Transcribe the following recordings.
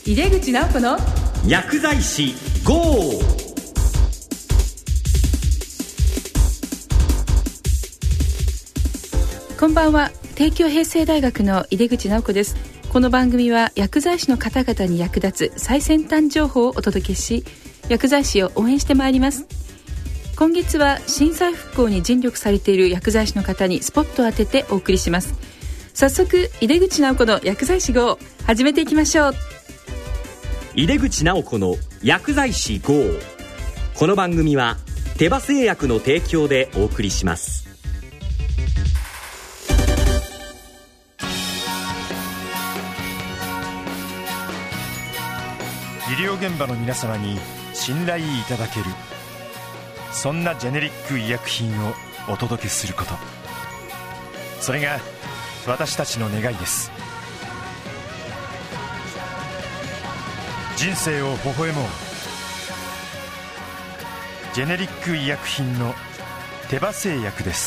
井出口直子の薬剤師 GO! こんばんは。帝京平成大学の井出口直子です。この番組は薬剤師の方々に役立つ最先端情報をお届けし、薬剤師を応援してまいります。今月は震災復興に尽力されている薬剤師の方にスポットを当ててお送りします。早速井出口直子の薬剤師 GO! 始めていきましょう。 井出口直子の薬剤師 GO!この番組は手羽製薬の提供でお送りします。 医療現場の皆様に信頼いただける、そんなジェネリック医薬品をお届けすること、それが私たちの願いです。人生を微笑もう。ジェネリック医薬品の手羽製薬です。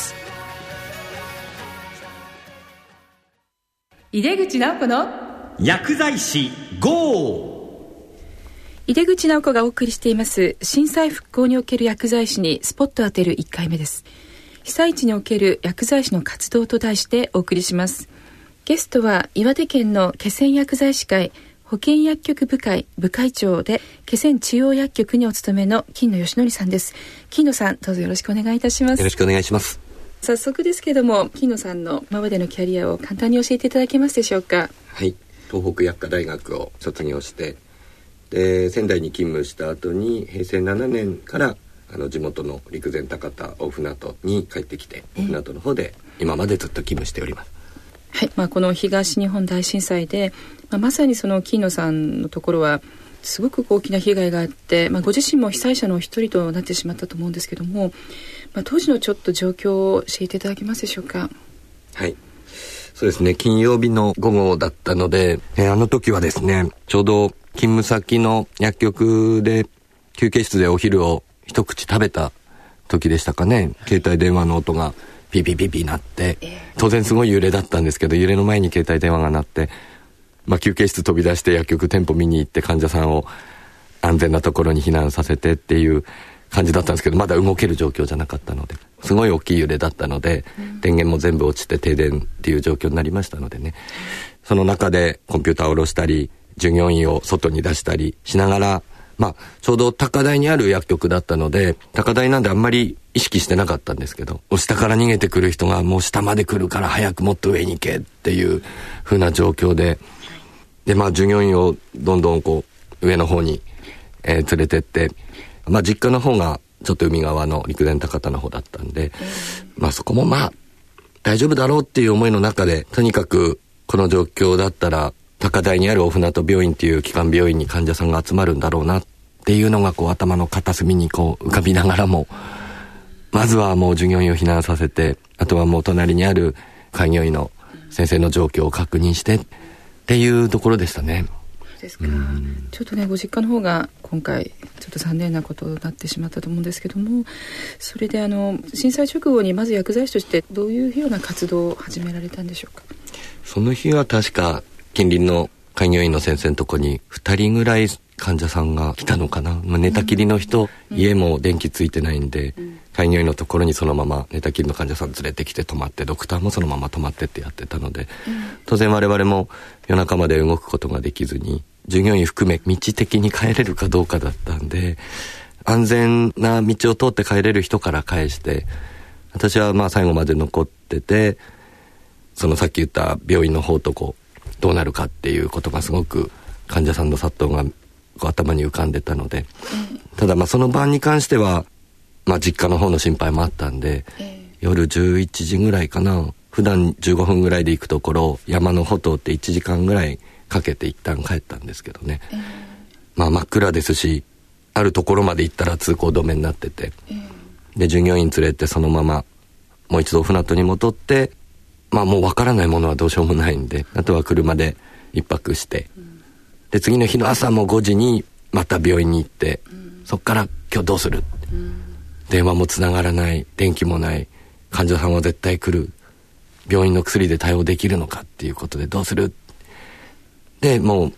井出口直子の薬剤師 GO! 井出口直子がお送りしています震災復興における薬剤師にスポットを当てる1回目です。被災地における薬剤師の活動と題してお送りします。ゲストは岩手県の気仙薬剤師会保健薬局部会部会長で気仙中央薬局にお勤めの金野義則さんです。金野さん、どうぞよろしくお願いいたします。 よろしくお願いします。 早速ですけども、金野さんの今までのキャリアを簡単に教えていただけますでしょうか。 はい、東北薬科大学を卒業してで仙台に勤務した後に平成7年から地元の陸前高田大船渡に帰ってきて、大船渡の方で今までずっと勤務しております。 はい、この東日本大震災で、まさにその金野さんのところはすごく大きな被害があって、ご自身も被災者の一人となってしまったと思うんですけども、当時のちょっと状況を教えていただけますでしょうか。 はい、そうですね、金曜日の午後だったので、あの時はですね、ちょうど勤務先の薬局で休憩室でお昼を一口食べた時でしたかね。携帯電話の音がピピピピ鳴って、当然すごい揺れだったんですけど、揺れの前に携帯電話が鳴って、休憩室飛び出して薬局店舗見に行って患者さんを安全なところに避難させてっていう感じだったんですけど、まだ動ける状況じゃなかったので、すごい大きい揺れだったので、電源も全部落ちて停電っていう状況になりましたのでね、その中でコンピューターを下ろしたり従業員を外に出したりしながら、ちょうど高台にある薬局だったので、高台なんであんまり意識してなかったんですけど、下から逃げてくる人がもう下まで来るから早くもっと上に行けっていう風な状況で、従業員をどんどん上の方に、連れてって、実家の方がちょっと海側の陸前高田の方だったんで、そこも大丈夫だろうっていう思いの中で、とにかくこの状況だったら高台にある大船渡病院っていう基幹病院に患者さんが集まるんだろうなっていうのが頭の片隅に浮かびながらも、まずはもう従業員を避難させて、あとはもう隣にある開業医の先生の状況を確認してっていうところでしたね。 そうですか。ちょっとね、ご実家の方が今回ちょっと残念なことになってしまったと思うんですけども、それで震災直後にまず薬剤師としてどういうような活動を始められたんでしょうか。 その日は確か近隣の開業医の先生のとこに2人ぐらい患者さんが来たのかな。寝たきりの人、家も電気ついてないんで、開業医のところにそのまま寝たきりの患者さん連れてきて泊まって、ドクターもそのまま泊まってってやってたので、当然我々も夜中まで動くことができずに、従業員含め道的に帰れるかどうかだったんで、安全な道を通って帰れる人から返して、私は最後まで残ってて、そのさっき言った病院の方とどうなるかっていうことがすごく患者さんの殺到が頭に浮かんでたので、ただその晩に関しては、実家の方の心配もあったんで、夜11時ぐらいかな、普段15分ぐらいで行くところを山の方通って1時間ぐらいかけて一旦帰ったんですけどね、真っ暗ですし、あるところまで行ったら通行止めになってて、で従業員連れてそのままもう一度船渡に戻って、もう分からないものはどうしようもないんで、あとは車で一泊して、で次の日の朝も5時にまた病院に行って、そっから今日どうする、電話もつながらない、電気もない、患者さんは絶対来る、病院の薬で対応できるのかっていうことでどうするで、もう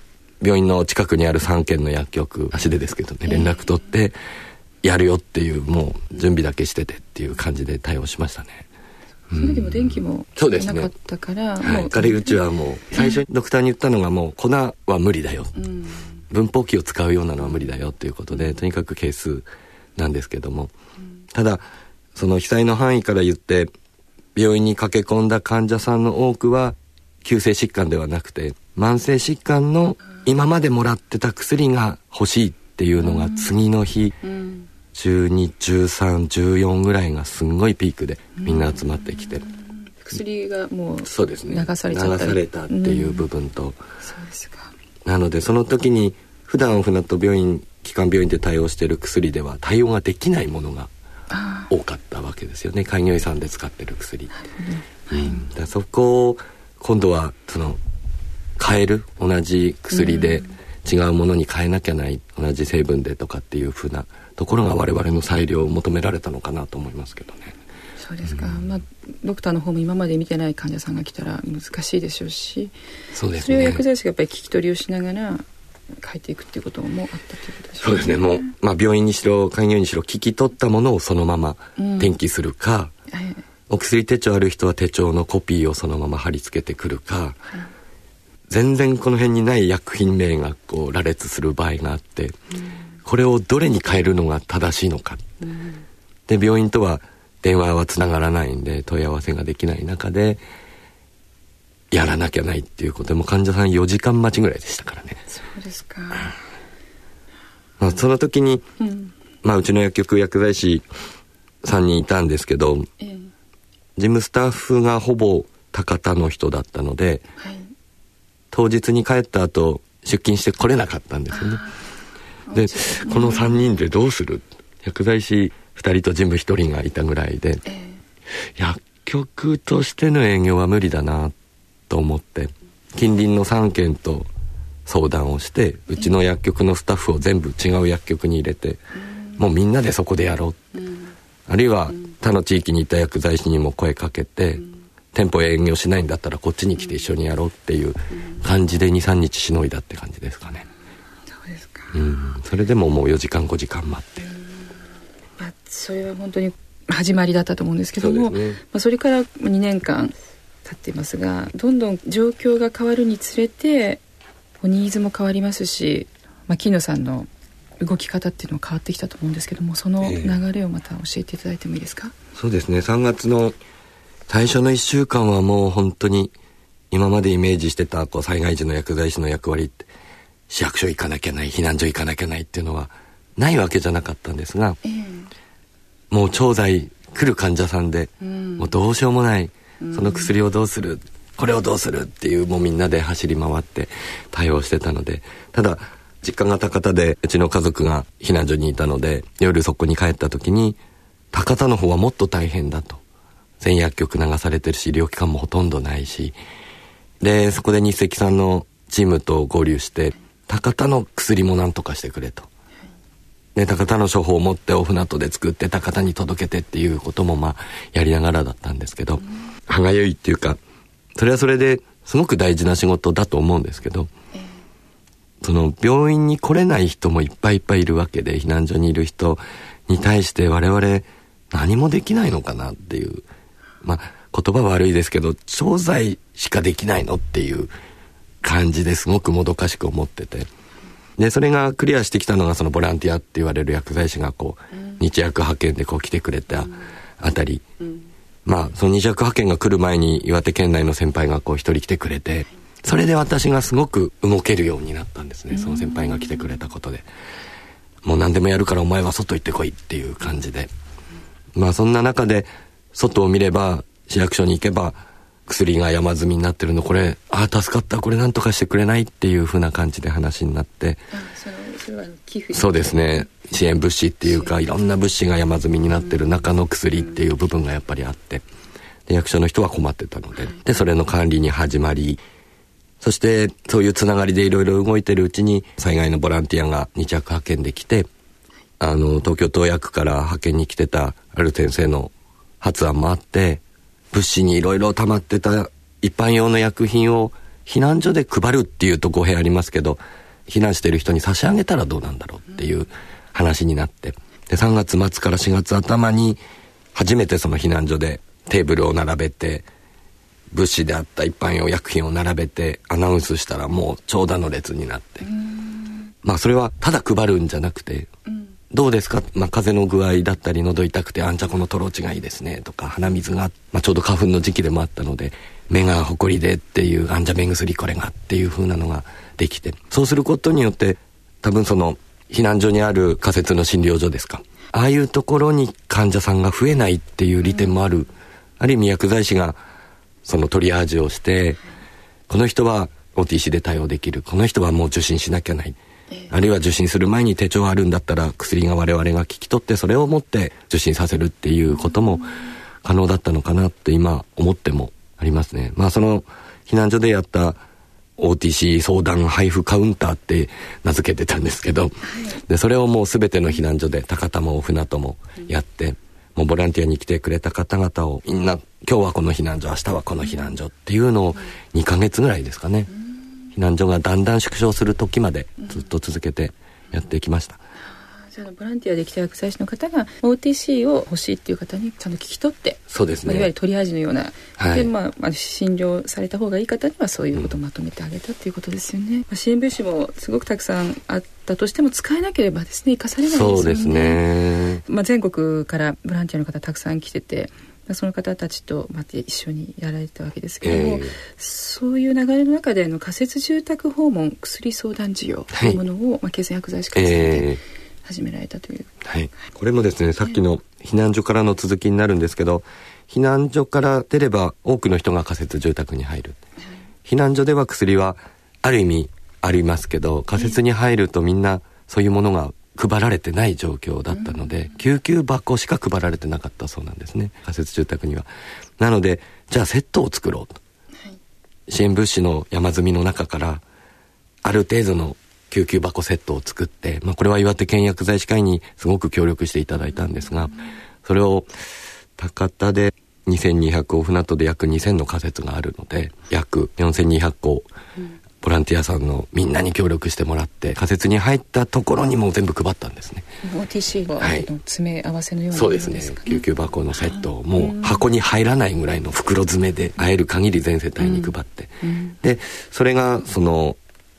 病院の近くにある3軒の薬局、足でですけどね、連絡取ってやるよっていう、もう準備だけしててっていう感じで対応しましたね。 それでも電気もなかったから、 陰口はもう最初にドクターに言ったのが、もう粉は無理だよ、分包器を使うようなのは無理だよっていうことで、とにかくケースなんですけども、ただその被災の範囲から言って病院に駆け込んだ患者さんの多くは急性疾患ではなくて慢性疾患の今までもらってた薬が欲しいっていうのが次の日、12、13、14ぐらいがすんごいピークでみんな集まってきて、 薬がもうそうですね、 流されちゃった、 流されたっていう部分と、 そうですか。 なのでその時に普段船戸病院、基幹病院で対応している薬では対応ができないものが多かったわけですよね。開業医さんで使ってる薬、だそこを今度はその変える、同じ薬で違うものに変えなきゃない、同じ成分でとかっていうふうなところが我々の裁量を求められたのかなと思いますけどね。 そうですか、ドクターの方も今まで見てない患者さんが来たら難しいでしょうし、 そうですね、 それを薬剤師がやっぱり聞き取りをしながら変えていくっていうこともあったということでしょうか。 そうですね、もう、病院にしろ開業医にしろ聞き取ったものをそのまま転記するか、お薬手帳ある人は手帳のコピーをそのまま貼り付けてくるか、全然この辺にない薬品名がこう羅列する場合があって、これをどれに変えるのが正しいのか、で病院とは電話はつながらないんで問い合わせができない中でやらなきゃないっていうことで、も患者さん4時間待ちぐらいでしたからね。 そうですか。 その時に、うちの薬局薬剤師3人いたんですけど、事務スタッフがほぼ高田の人だったので、当日に帰った後出勤して来れなかったんですよね。でこの3人でどうする、薬剤師2人と事務1人がいたぐらいで、薬局としての営業は無理だなと思って近隣の3軒と相談をして、うちの薬局のスタッフを全部違う薬局に入れて、もうみんなでそこでやろう、あるいは他の地域にいた薬剤師にも声かけて、店舗営業しないんだったらこっちに来て一緒にやろうっていう感じで 2,3 日しのいだって感じですかね。 そうですか。 それでももう4時間5時間待って、 それは本当に始まりだったと思うんですけども、 それから2年間経っていますが、どんどん状況が変わるにつれてニーズも変わりますし、木野さんの動き方っていうのも変わってきたと思うんですけども、その流れをまた教えていただいてもいいですか。 そうですね、3月の最初の1週間はもう本当に今までイメージしてた災害時の薬剤師の役割って、市役所行かなきゃない、避難所行かなきゃないっていうのはないわけじゃなかったんですが、もう調剤来る患者さんで、もうどうしようもない、その薬をどうする、これをどうするっていう、もうみんなで走り回って対応してたので、ただ実家が高田でうちの家族が避難所にいたので、夜そこに帰った時に高田の方はもっと大変だと、全薬局流されてるし医療機関もほとんどないし、でそこで日赤さんのチームと合流して高田の薬もなんとかしてくれと、で高田の処方を持ってお船戸で作って高田に届けてっていうこともやりながらだったんですけど、歯がゆいっていうか、それはそれですごく大事な仕事だと思うんですけど、その病院に来れない人もいっぱいいっぱいいるわけで、避難所にいる人に対して我々何もできないのかなっていう、言葉は悪いですけど調剤しかできないのっていう感じですごくもどかしく思ってて、でそれがクリアしてきたのがそのボランティアって言われる薬剤師が日薬派遣で来てくれたあたり、その日薬派遣が来る前に岩手県内の先輩が一人来てくれて、それで私がすごく動けるようになったんですね。その先輩が来てくれたことで、もう何でもやるからお前は外行ってこいっていう感じで、そんな中で外を見れば市役所に行けば薬が山積みになってるの、これ助かった、これなんとかしてくれないっていう風な感じで話になって、 それは寄付、 そうですね、支援物資っていうかいろんな物資が山積みになってる中の薬っていう部分がやっぱりあって、で役所の人は困ってたので、でそれの管理に始まり、そしてそういうつながりでいろいろ動いてるうちに災害のボランティアが日薬派遣で来て、東京都薬から派遣に来てたある先生の発案もあって、物資にいろいろ溜まってた一般用の薬品を避難所で配るっていうと語弊ありますけど、 避難している人に差し上げたらどうなんだろうっていう話になって、で3月末から4月頭に初めてその避難所でテーブルを並べて、物資であった一般用薬品を並べてアナウンスしたら、もう長蛇の列になって、それはただ配るんじゃなくて、どうですか、風邪の具合だったり、喉痛くて、じゃあこのトローチがいいですねとか、鼻水が、ちょうど花粉の時期でもあったので、目がほこりでっていう、じゃあ目薬これがっていう風なのができて、そうすることによって多分その避難所にある仮設の診療所ですか、ああいうところに患者さんが増えないっていう利点もある。ある意味薬剤師がそのトリアージをして、この人は OTC で対応できる、この人はもう受診しなきゃない、あるいは受診する前に手帳あるんだったら薬が我々が聞き取ってそれを持って受診させるっていうことも可能だったのかなって今思ってもありますね。その避難所でやった OTC 相談配布カウンターって名付けてたんですけど、でそれをもう全ての避難所で高田も船戸もやって、もうボランティアに来てくれた方々をみんな今日はこの避難所、明日はこの避難所っていうのを2ヶ月ぐらいですかね、避難所がだんだん縮小する時までずっと続けてやってきました。 じゃあボランティアで来た薬剤師の方が OTC を欲しいっていう方にちゃんと聞き取って、 そうですね、 いわゆるトリアージのような、 はい、 で診療された方がいい方にはそういうことをまとめてあげたっていうことですよね。支援物資もすごくたくさんあったとしても使えなければですね、生かされないですよね。 そうですね、 全国からボランティアの方たくさん来てて、その方たちと一緒にやられたわけですけども、そういう流れの中で仮設住宅訪問薬相談事業というものを、経済薬剤師会で始められたという、 これもですね、さっきの避難所からの続きになるんですけど、避難所から出れば多くの人が仮設住宅に入る、避難所では薬はある意味ありますけど、仮設に入るとみんなそういうものが配られてない状況だったので、救急箱しか配られてなかったそうなんですね、仮設住宅には。なのでじゃあセットを作ろうと、支援物資の山積みの中からある程度の救急箱セットを作って、これは岩手県薬剤師会にすごく協力していただいたんですが、それを高田で2200、大船渡で約2000の仮設があるので約4200個、ボランティアさんのみんなに協力してもらって仮設に入ったところにも全部配ったんですね。 OTC の詰め合わせのような、 そうですね、救急箱のセットをもう箱に入らないぐらいの袋詰めで会える限り全世帯に配って、でそれがその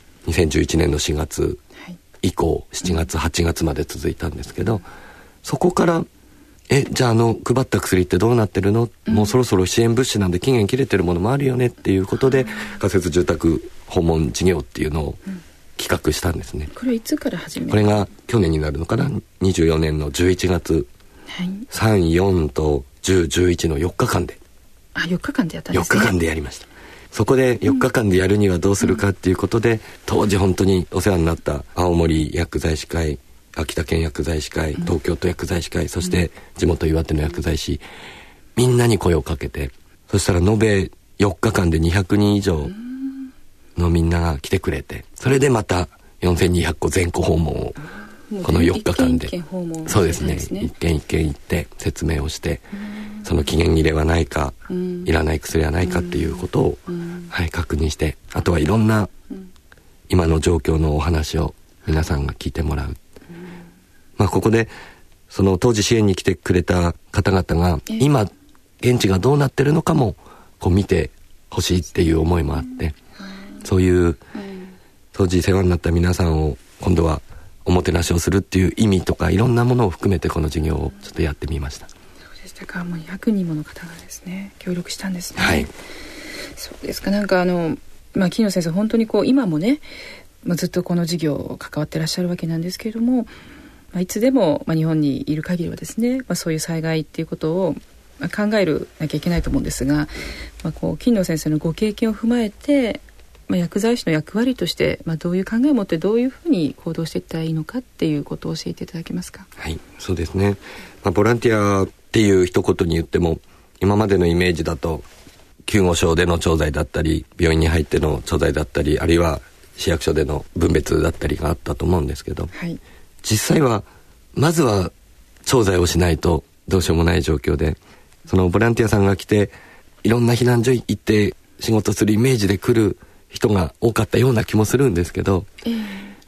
2011年の4月以降7月8月まで続いたんですけど、そこからじゃあ配った薬ってどうなってるの、もうそろそろ支援物資なんで期限切れてるものもあるよねっていうことで、仮設住宅訪問事業っていうのを企画したんですね。 これいつから始めた？ これが去年になるのかな、24年の11月、3、4と10、11の4日間で 4日間でやったんですね。 4日間でやりました。そこで4日間でやるにはどうするかっていうことで、当時本当にお世話になった青森薬剤師会、秋田県薬剤師会、東京都薬剤師会、そして地元岩手の薬剤師、みんなに声をかけて、そしたら延べ4日間で200人以上のみんなが来てくれて、それでまた4200個全戸訪問をこの4日間で、そうですね、一軒一軒行って説明をして、その期限切れはないか、いらない薬はないかっていうことを、確認して、あとはいろんな今の状況のお話を皆さんが聞いてもらう。ここでその当時支援に来てくれた方々が今現地がどうなってるのかもこう見てほしいっていう思いもあって、そういう当時世話になった皆さんを今度はおもてなしをするっていう意味とか、いろんなものを含めてこの事業をちょっとやってみました。 そうでしたか。もう200人もの方がですね協力したんですね。そうですか。なんか木野先生本当に今もね、ずっとこの事業関わってらっしゃるわけなんですけれども、いつでも、日本にいる限りはですね、そういう災害っていうことを考えなきゃいけないと思うんですが、金野先生のご経験を踏まえて、薬剤師の役割として、どういう考えを持ってどういうふうに行動していったらいいのかっていうことを教えていただけますか？ はい、そうですね。ボランティアっていう一言に言っても、今までのイメージだと救護所での調剤だったり、病院に入っての調剤だったり、あるいは市役所での分別だったりがあったと思うんですけど、実際はまずは調剤をしないとどうしようもない状況で、そのボランティアさんが来ていろんな避難所行って仕事するイメージで来る人が多かったような気もするんですけど、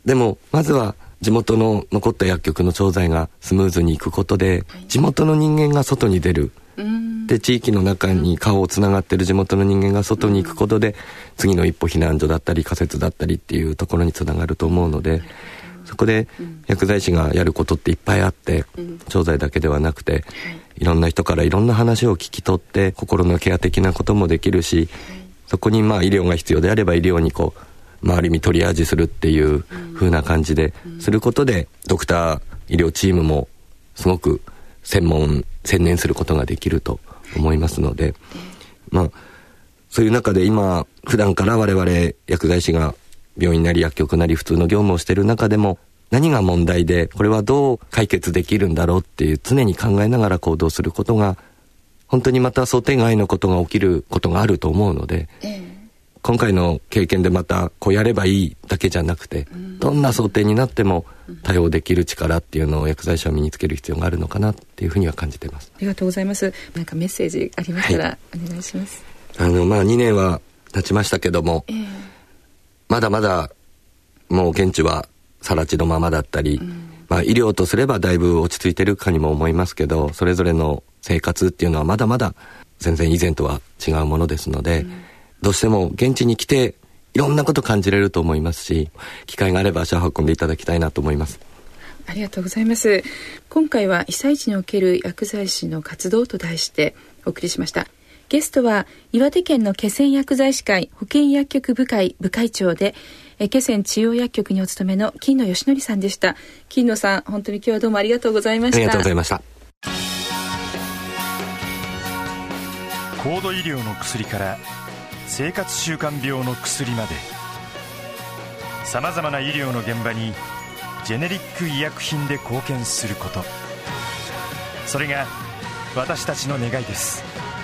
でもまずは地元の残った薬局の調剤がスムーズにいくことで、地元の人間が外に出る、で地域の中に顔をつながっている地元の人間が外に行くことで、次の一歩避難所だったり仮設だったりっていうところにつながると思うので、そこで薬剤師がやることっていっぱいあって、調剤だけではなくて、いろんな人からいろんな話を聞き取って心のケア的なこともできるし、そこに医療が必要であれば医療にある意味トリアージするっていう風な感じですることで、ドクター医療チームもすごく専念することができると思いますので、そういう中で今普段から我々薬剤師が病院なり薬局なり普通の業務をしている中でも、何が問題でこれはどう解決できるんだろうっていう常に考えながら行動することが、本当にまた想定外のことが起きることがあると思うので、今回の経験でまたやればいいだけじゃなくて、どんな想定になっても対応できる力っていうのを薬剤師は身につける必要があるのかなっていうふうには感じています。 ありがとうございます。なんかメッセージありましたらお願いします。 2年は経ちましたけども、まだまだもう現地は更地のままだったり、医療とすればだいぶ落ち着いてるかにも思いますけど、それぞれの生活っていうのはまだまだ全然以前とは違うものですので、どうしても現地に来ていろんなこと感じれると思いますし、機会があれば足を運んでいただきたいなと思います。 ありがとうございます。今回は被災地における薬剤師の活動と題してお送りしました。ゲストは岩手県の気仙薬剤師会保健薬局部会部会長で、気仙中央薬局にお勤めの金野義則さんでした。金野さん、本当に今日はどうもありがとうございました。 ありがとうございました。 高度医療の薬から生活習慣病の薬まで、さまざまな医療の現場にジェネリック医薬品で貢献すること、それが私たちの願いです。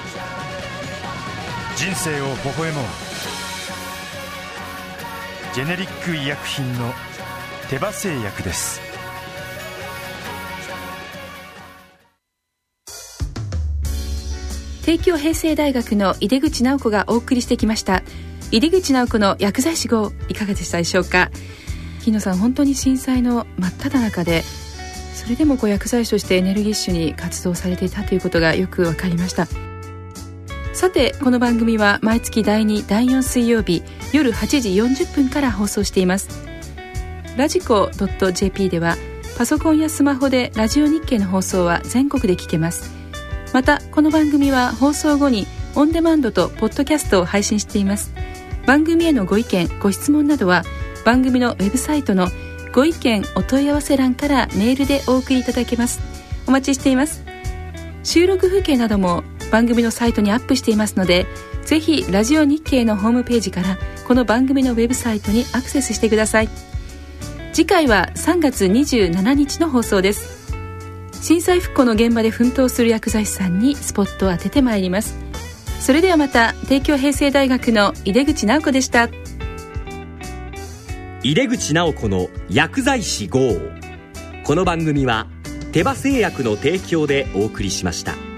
人生を微笑もう。ジェネリック医薬品の手羽製薬です。 帝京平成大学の井出口直子がお送りしてきました。井出口直子の薬剤師号、いかがでしたでしょうか。日野さん、本当に震災の真っ只中で、それでも薬剤師としてエネルギッシュに活動されていたということがよく分かりました。さて、この番組は毎月第2、第4水曜日夜8時40分から放送しています。ラジコ .jp ではパソコンやスマホでラジオ日経の放送は全国で聞けます。またこの番組は放送後にオンデマンドとポッドキャストを配信しています。番組へのご意見ご質問などは番組のウェブサイトのご意見お問い合わせ欄からメールでお送りいただけます。お待ちしています。収録風景なども番組のサイトにアップしていますので、ぜひラジオ日経のホームページからこの番組のウェブサイトにアクセスしてください。次回は3月27日の放送です。震災復興の現場で奮闘する薬剤師さんにスポットを当ててまいります。それではまた。帝京平成大学の井出口直子でした。 井出口直子の薬剤師号。この番組は手羽製薬の提供でお送りしました。